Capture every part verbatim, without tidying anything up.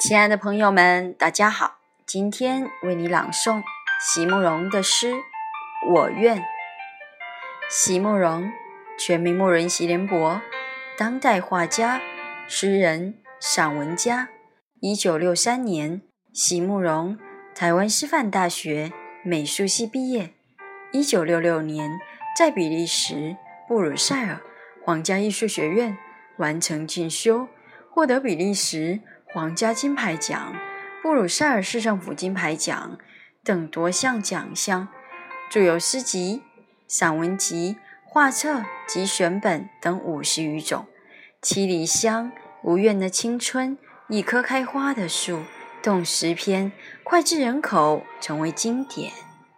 亲爱的朋友们，大家好，今天为你朗诵席慕容的诗《我愿》。席慕容，全名慕容席联博，当代画家、诗人、散文家。一九六三年，席慕容台湾师范大学美术系毕业。一九六六年，在比利时布鲁塞尔皇家艺术学院完成进修，获得比利时皇家金牌奖、布鲁塞尔市政府金牌奖等多项奖项，著有诗集、散文集、画册及选本等五十余种。七里香、无怨的青春、一棵开花的树、动诗篇、脍炙人口成为经典。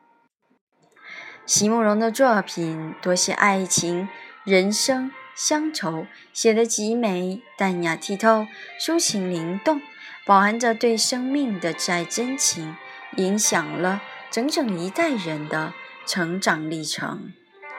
席慕容的作品多写爱情、人生、乡愁，写得极美，淡雅剔透，抒情灵动，饱含着对生命的挚爱真情，影响了整整一代人的成长历程。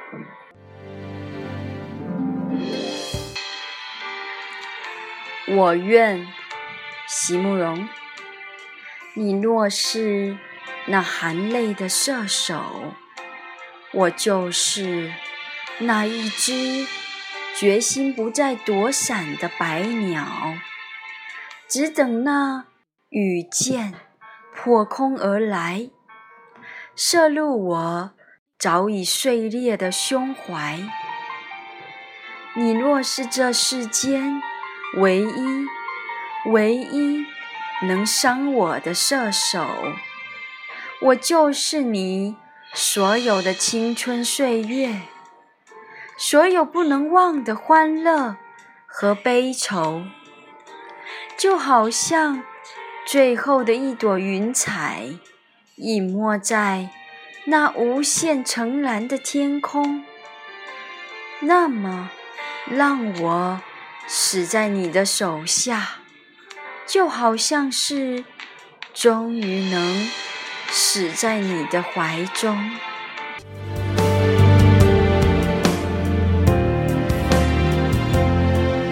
我愿，席慕容。你若是那含泪的射手，我就是那一只决心不再躲闪的白鸟，只等那羽箭破空而来，射入我早已碎裂的胸怀。你若是这世间唯一唯一能伤我的射手，我就是你所有的青春岁月，所有不能忘的欢乐和悲愁，就好像最后的一朵云彩，隐没在那无限澄蓝的天空。那么，让我死在你的手下，就好像是终于能死在你的怀中。